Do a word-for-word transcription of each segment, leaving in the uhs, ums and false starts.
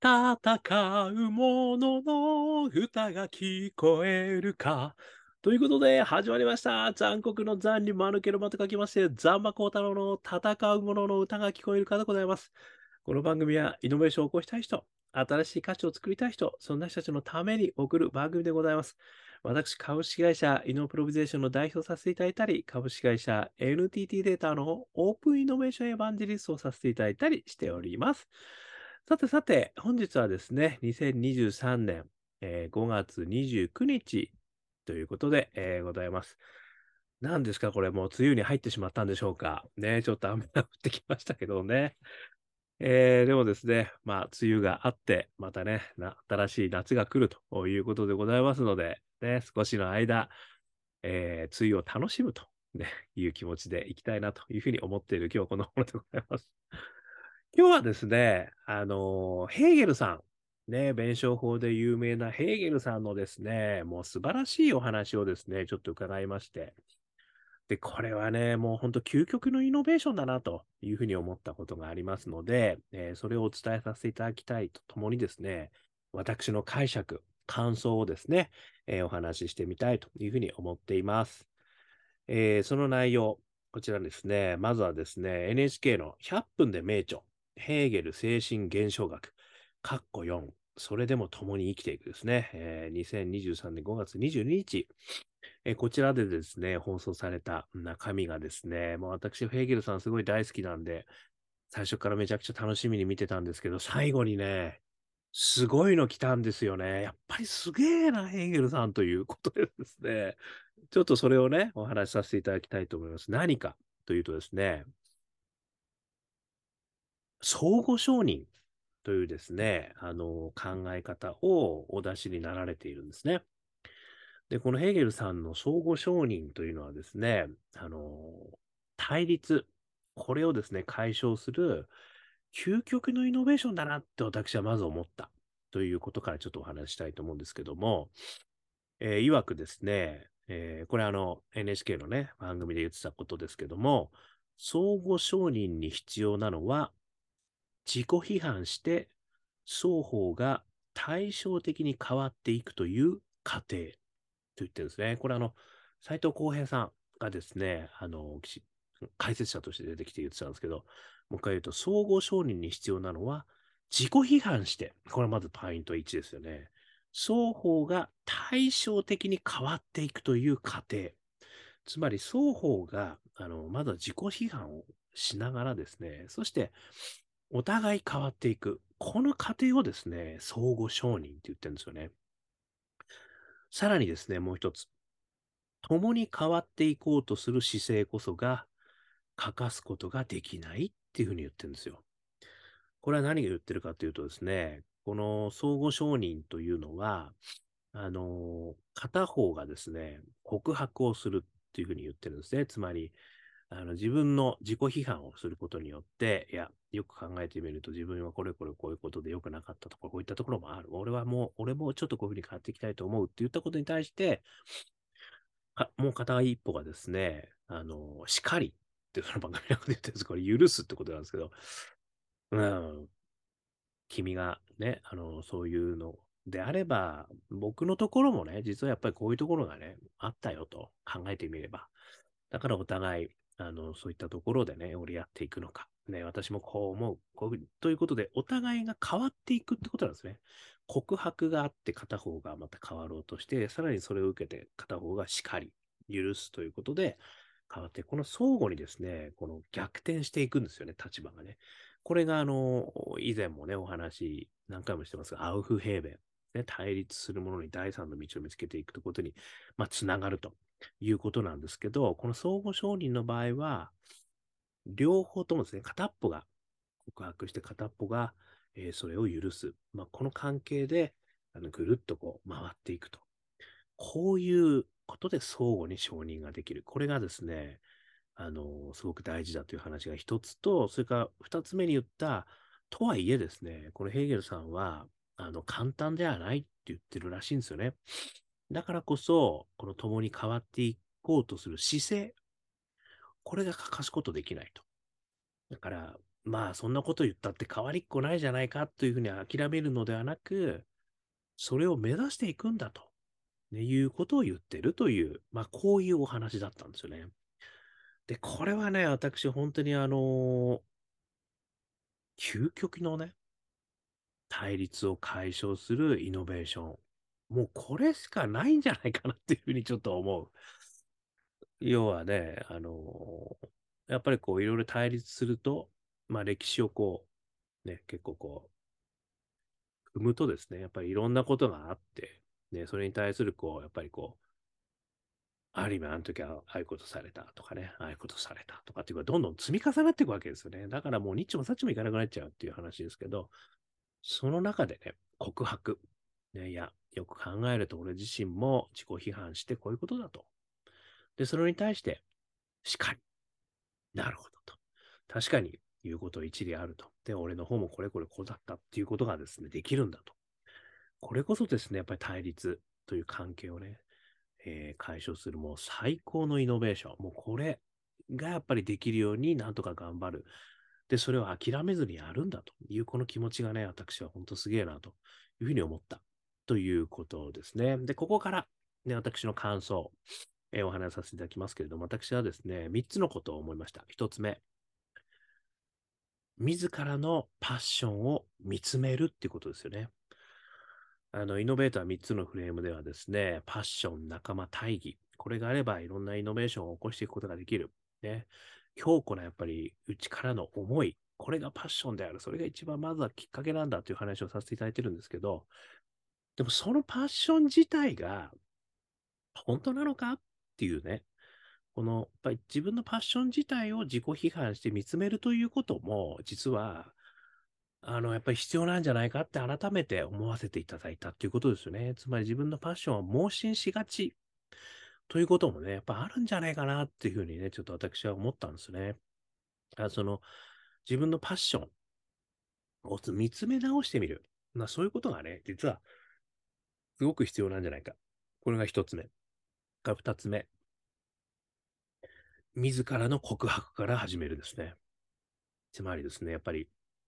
戦う者の歌が聞こえるか。ということで、始まりました。残酷の残に間抜けの間と書きまして、残馬高太郎の戦う者の歌が聞こえるかでございます。この番組は、イノベーションを起こしたい人、新しい価値を作りたい人、そんな人たちのために送る番組でございます。私、株式会社イノプロビゼーションの代表をさせていただいたり、株式会社 エヌティーティー データのオープンイノベーションエヴァンジェリストをさせていただいたりしております。さてさて、本日はですね、にせんにじゅうさんねん、えーごがつにじゅうくにちということで、えーございます。何ですか、これもう梅雨に入ってしまったんでしょうか。ね、ちょっと雨が降ってきましたけどね。えーでもですね、まあ、梅雨があって、またね、な新しい夏が来るということでございますので、ね、少しの間、えー梅雨を楽しむと、ね、いう気持ちでいきたいなというふうに思っている今日この頃でございます。今日はですね、あの、ヘーゲルさん、ね、弁証法で有名なヘーゲルさんのですね、もう素晴らしいお話をですね、ちょっと伺いまして、で、これはね、もう本当究極のイノベーションだなというふうに思ったことがありますので、えーそれをお伝えさせていただきたいとともにですね、私の解釈、感想をですね、えーお話ししてみたいというふうに思っています。えーその内容、こちらですね、まずはですね、エヌエイチケー のひゃっぷんで名著、ヘーゲル精神現象学、カッコよん、それでも共に生きていくですね、えーにせんにじゅうさんねんごがつにじゅうににち、えーこちらでですね、放送された中身がですね、もう私、ヘーゲルさんすごい大好きなんで、最初からめちゃくちゃ楽しみに見てたんですけど、最後にね、すごいの来たんですよね。やっぱりすげえな、ヘーゲルさんということでですね、ちょっとそれをね、お話しさせていただきたいと思います。何かというとですね、相互承認というですね、あの、考え方をお出しになられているんですね。で、このヘーゲルさんの相互承認というのはですね、あの、対立、これをですね、解消する究極のイノベーションだなって私はまず思ったということからちょっとお話ししたいと思うんですけども、えー、曰くですね、えーこれあの エヌエイチケー のね、番組で言ってたことですけども、相互承認に必要なのは、自己批判して双方が対照的に変わっていくという過程と言ってるんですね。これあの、斉藤浩平さんがですね、あの、解説者として出てきて言ってたんですけど、もう一回言うと、相互承認に必要なのは、自己批判して、これはまずポイントいちですよね。双方が対照的に変わっていくという過程。つまり双方が、あの、まずは自己批判をしながらですね、そしてお互い変わっていく。この過程をですね、相互承認って言ってるんですよね。さらにですね、もう一つ。共に変わっていこうとする姿勢こそが、欠かすことができないっていうふうに言ってるんですよ。これは何が言ってるかというとですね、この相互承認というのは、あの、片方がですね、告白をするっていうふうに言ってるんですね。つまり、あの自分の自己批判をすることによって、いや、よく考えてみると自分はこれこれこういうことで良くなかったとか、こういったところもある。俺はもう、俺もちょっとこういうふうに変わっていきたいと思うって言ったことに対して、かもう片一歩がですね、あの、叱りってその番組のこと言ってるんです。これ許すってことなんですけど、うん、君がね、あの、そういうのであれば、僕のところもね、実はやっぱりこういうところがね、あったよと考えてみれば。だからお互い、あの、そういったところでね、折り合っていくのか。ね、私もこう思う。こういうということで、お互いが変わっていくってことなんですね。告白があって片方がまた変わろうとして、さらにそれを受けて片方が叱り、許すということで変わって、この相互にですね、この逆転していくんですよね、立場がね。これが、あの、以前もね、お話何回もしてますが、アウフヘーベン。ね、対立するものに第三の道を見つけていくということに、まあ、つながるということなんですけど、この相互承認の場合は、両方ともですね、片っぽが告白して片っぽが、えーそれを許す。まあ、この関係で、あのぐるっとこう回っていくと。こういうことで相互に承認ができる。これがですね、あの、すごく大事だという話が一つと、それから二つ目に言った、とはいえですね、このヘーゲルさんは、あの、簡単ではないって言ってるらしいんですよね。だからこそ、この共に変わっていこうとする姿勢、これが欠かすことできないと。だから、 まあ、そんなこと言ったって変わりっこないじゃないかというふうに諦めるのではなく、それを目指していくんだと、ね、いうことを言ってるという、まあ、こういうお話だったんですよね。で、これはね、私本当にあの、究極のね、対立を解消するイノベーション。もうこれしかないんじゃないかなっていうふうにちょっと思う。要はね、あの、やっぱりこういろいろ対立すると、まあ歴史をこう、ね、結構こう、踏むとですね、やっぱりいろんなことがあって、ね、それに対するこう、やっぱりこう、ある意味あの時はああいうことされたとかね、ああいうことされたとかっていうのがどんどん積み重なっていくわけですよね。だからもうニッチもサッチもいかなくなっちゃうっていう話ですけど、その中でね、告白。ね、いや、よく考えると俺自身も自己批判してこういうことだと。で、それに対して、しかり、なるほどと。確かに言うこと一理あると。で、俺の方もこれこれこうだったっていうことがですね、できるんだと。これこそですね、やっぱり対立という関係をね、えー解消するもう最高のイノベーション。もうこれがやっぱりできるようになんとか頑張る。で、それを諦めずにやるんだというこの気持ちがね、私は本当すげえなというふうに思ったということですね。で、ここからね、私の感想、えーお話しさせていただきますけれども、私はですね、みっつのことを思いました。ひとつめ、自らのパッションを見つめるっていうことですよね。あの、イノベーターみっつのフレームではですね、パッション、仲間、大義。これがあればいろんなイノベーションを起こしていくことができる。ね。強固なやっぱり内からの思い。これがパッションである。それが一番まずはきっかけなんだという話をさせていただいてるんですけど、でもそのパッション自体が本当なのかっていうね、このやっぱり自分のパッション自体を自己批判して見つめるということも、実はあの、やっぱり必要なんじゃないかって改めて思わせていただいたっていうことですよね。つまり自分のパッションは盲信しがちということもね、やっぱあるんじゃないかなっていうふうにね、ちょっと私は思ったんですね。あその、自分のパッションを見つめ直してみる。まあそういうことがね、実はすごく必要なんじゃないか。これが一つ目。が二つ目。自らの告白から始めるですね。つまりですね、やっぱり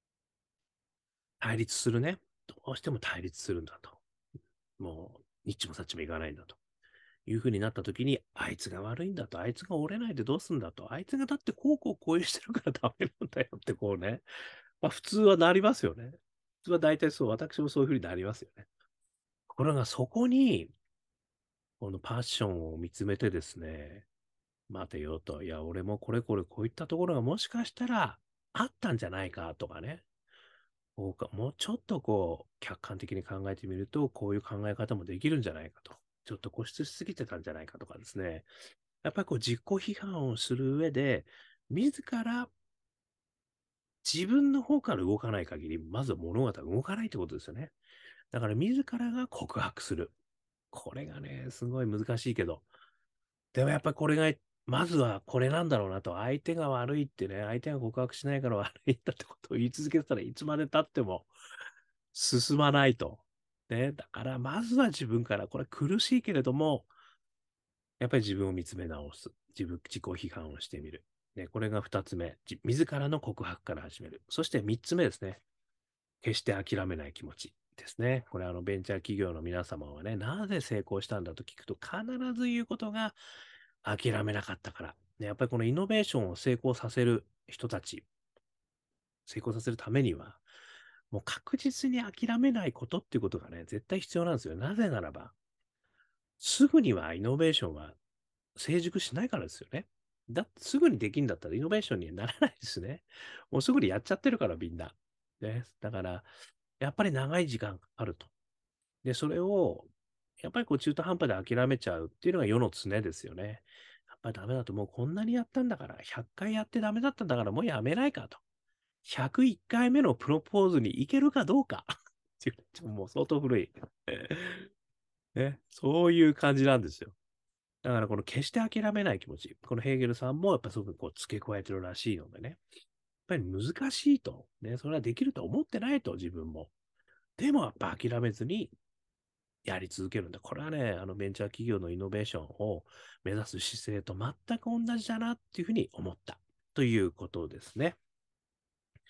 対立するね。どうしても対立するんだと。もう、ニッチもサッチもいかないんだと。いう風になった時に、あいつが悪いんだと、あいつが折れないでどうすんだと、あいつがだってこうこうこういうしてるからダメなんだよってこうね、まあ普通はなりますよね。普通は大体そう、私もそういう風になりますよね。ところがそこに、このパッションを見つめてですね、待てよと、いや、俺もこれこれこういったところがもしかしたらあったんじゃないかとかね、こうかもうちょっとこう、客観的に考えてみると、こういう考え方もできるんじゃないかと。ちょっと固執しすぎてたんじゃないかとかですね。やっぱりこう自己批判をする上で、自ら自分の方から動かない限り、まずは物語は動かないってことですよね。だから自らが告白する。これがね、すごい難しいけど、でもやっぱりこれが、まずはこれなんだろうなと、相手が悪いってね、相手が告白しないから悪いんだってことを言い続けてたらいつまで経っても進まないと。ね、だからまずは自分から、これ苦しいけれども、やっぱり自分を見つめ直す。自分、自己批判をしてみる。ね、これが二つ目。じ自らの告白から始める。そして三つ目ですね。決して諦めない気持ちですね。これあのベンチャー企業の皆様はね、なぜ成功したんだと聞くと必ず言うことが諦めなかったから。ね、やっぱりこのイノベーションを成功させる人たち、成功させるためには、もう確実に諦めないことっていうことがね、絶対必要なんですよ。なぜならば、すぐにはイノベーションは成熟しないからですよね。だってすぐにできるんだったらイノベーションにはならないですね。もうすぐにやっちゃってるからみんな。ね。だから、やっぱり長い時間かかると。で、それを、やっぱりこう中途半端で諦めちゃうっていうのが世の常ですよね。やっぱりダメだともうこんなにやったんだから、ひゃっかいやってダメだったんだからもうやめないかと。ひゃくいっかいめのプロポーズに行けるかどうか。っていうもう相当古い。ね。そういう感じなんですよ。だからこの決して諦めない気持ち。このヘーゲルさんもやっぱすごくこう付け加えてるらしいのでね。やっぱり難しいと。ね。それはできると思ってないと、自分も。でもやっぱ諦めずにやり続けるんだ。これはね、あのベンチャー企業のイノベーションを目指す姿勢と全く同じだなっていうふうに思った。ということですね。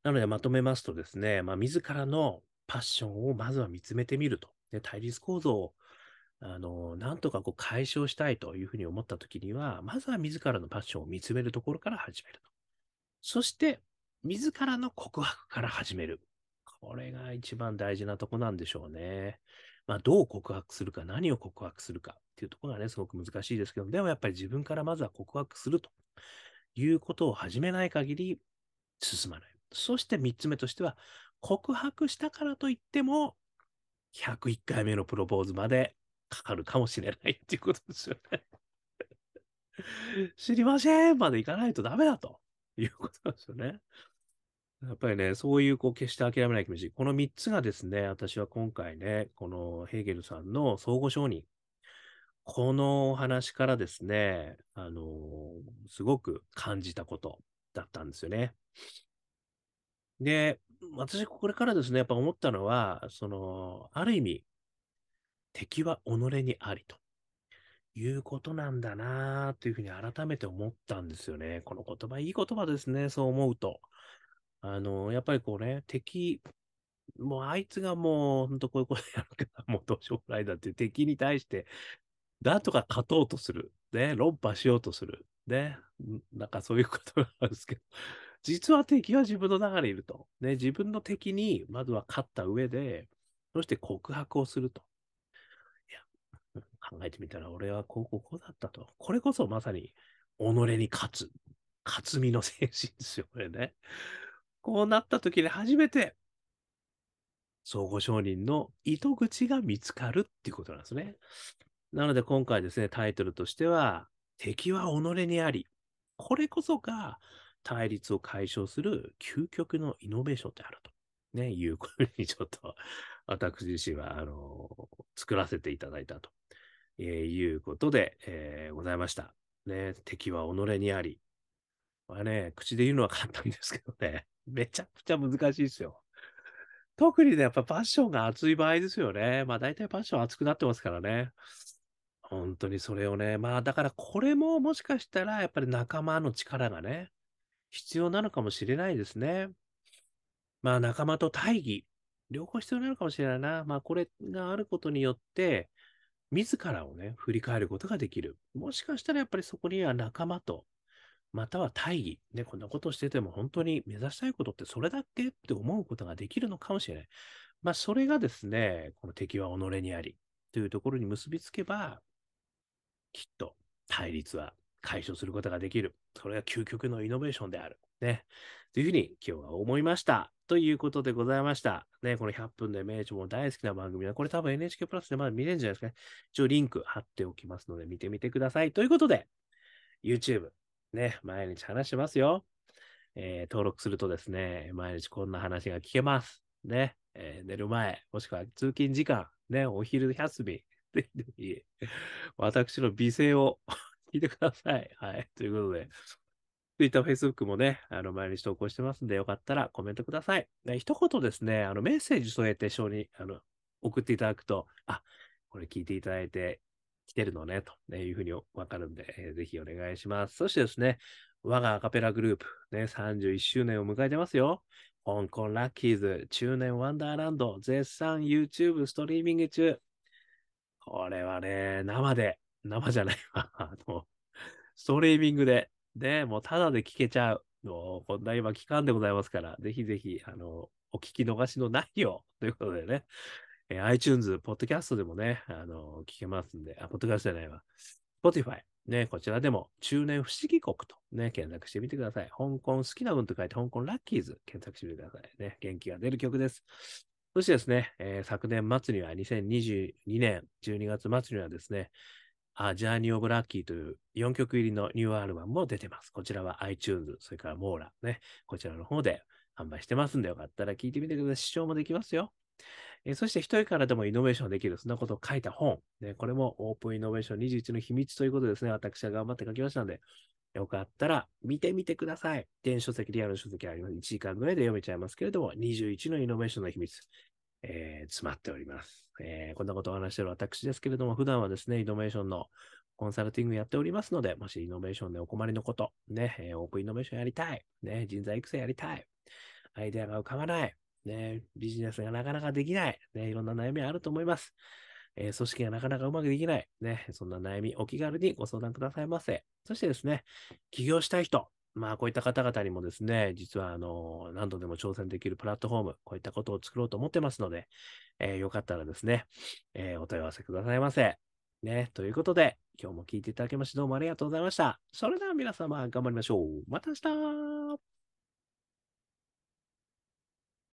なのでまとめますとですね、まあ、自らのパッションをまずは見つめてみると。で、対立構造を、あの、なんとかこう解消したいというふうに思ったときには、まずは自らのパッションを見つめるところから始めると。そして、自らの告白から始める。これが一番大事なとこなんでしょうね。まあ、どう告白するか、何を告白するかっていうところがね、すごく難しいですけど、でもやっぱり自分からまずは告白するということを始めない限り進まない。そして三つ目としては、告白したからといっても、ひゃくいっかいめのプロポーズまでかかるかもしれないっていうことですよね。知りませんまでいかないとダメだということなんですよね。やっぱりね、そういうこう決して諦めない気持ち。このみっつがですね、私は今回ね、このヘーゲルさんの相互承認。このお話からですね、あのーすごく感じたことだったんですよね。で、私これからですね、やっぱ思ったのは、その、ある意味、敵は己にありということなんだなというふうに改めて思ったんですよね。この言葉、いい言葉ですね、そう思うと。あの、やっぱりこうね、敵、もうあいつがもう、ほんとこういうことやるから、もうどうしようもないだっていう敵に対して、なんとか勝とうとする。ね、論破しようとする。ね、んなんかそういうことなんですけど、実は敵は自分の中にいると。ね、自分の敵にまずは勝った上で、そして告白をすると。いや、考えてみたら俺はこうこうこうだったと。これこそまさに己に勝つ。勝つ身の精神ですよ、これね。こうなった時に初めて相互承認の糸口が見つかるっていうことなんですね。なので今回ですね、タイトルとしては、敵は己にあり。これこそが対立を解消する究極のイノベーションであると。ね、いうことにちょっと私自身は、あの、作らせていただいたと、えーいうことで、えーございました。ね、敵は己にあり。これね、口で言うのは簡単ですけどね、めちゃくちゃ難しいですよ。特にね、やっぱパッションが熱い場合ですよね。まあ大体パッション熱くなってますからね。本当にそれをね、まあだからこれももしかしたらやっぱり仲間の力がね、必要なのかもしれないですね。まあ仲間と大義、両方必要なのかもしれないな。まあこれがあることによって、自らをね、振り返ることができる。もしかしたらやっぱりそこには仲間と、または大義、ね、こんなことをしてても本当に目指したいことってそれだっけって思うことができるのかもしれない。まあそれがですね、この敵は己にありというところに結びつけば、きっと対立は解消することができる。それが究極のイノベーションである。ね。というふうに今日は思いました。ということでございました。ね、このひゃっぷんで名著も大好きな番組は、これ多分 エヌエイチケー プラスでまだ見れるんじゃないですかね。一応リンク貼っておきますので見てみてください。ということで、YouTube、ね、毎日話してますよ。えー登録するとですね、毎日こんな話が聞けます。ね、えー寝る前、もしくは通勤時間、ね、お昼休み、ぜひぜひ、私の美声を聞いてください。はい。ということで、Twitter、Facebook もね、あの、毎日投稿してますんで、よかったらコメントください。ね、一言ですね、あの、メッセージ添えて、承認、あの、送っていただくと、あ、これ聞いていただいて来てるのね、と、ね、いうふうにわかるんで、えーぜひお願いします。そしてですね、我がアカペラグループ、ね、さんじゅういっしゅうねんを迎えてますよ。香港ラッキーズ、中年ワンダーランド、絶賛 YouTube ストリーミング中。これはね、生で、生じゃないわ。あの、ストリーミングで、ね、もうタダで聞けちゃう。もうこんな今期間でございますから、ぜひぜひ、あの、お聞き逃しのないようということでね、えー iTunes、ポッドキャストでもね、あの、聞けますんで、あ、ポッドキャストじゃないわ。Spotify、ね、こちらでも中年不思議国とね、検索してみてください。香港好きな文と書いて香港ラッキーズ検索してみてください。ね、元気が出る曲です。そしてですね、えー昨年末にはにせんにじゅうにねんじゅうにがつ末にはですね、あ、ジャーニー・オブ・ラッキーというよんきょく入りのニューアルバムも出てます。こちらは iTunes、それからモーラね、こちらの方で販売してますんで、よかったら聞いてみてください。視聴もできますよ。えーそして一人からでもイノベーションできる、そんなことを書いた本。ね、これもオープンイノベーションにじゅういちの秘密ということですね。私は頑張って書きましたので、よかったら見てみてください。電子書籍、リアル書籍あります。いちじかんぐらいで読めちゃいますけれども、にじゅういちのイノベーションの秘密。えー詰まっております、えーこんなことを話している私ですけれども、普段はですね、イノベーションのコンサルティングやっておりますので、もしイノベーションでお困りのこと、ね、えーオープンイノベーションやりたい、ね、人材育成やりたい、 アイデアが浮かばない。ね、ビジネスがなかなかできない。ね、いろんな悩みあると思います。えー組織がなかなかうまくできない。ね、そんな悩み、お気軽にご相談くださいませ。そしてですね、起業したい人、まあ、こういった方々にもですね、実は、あの、何度でも挑戦できるプラットフォーム、こういったことを作ろうと思ってますので、えーよかったらですね、えーお問い合わせくださいませ。ね、ということで、今日も聞いていただきましてどうもありがとうございました。それでは皆様、頑張りましょう。また明日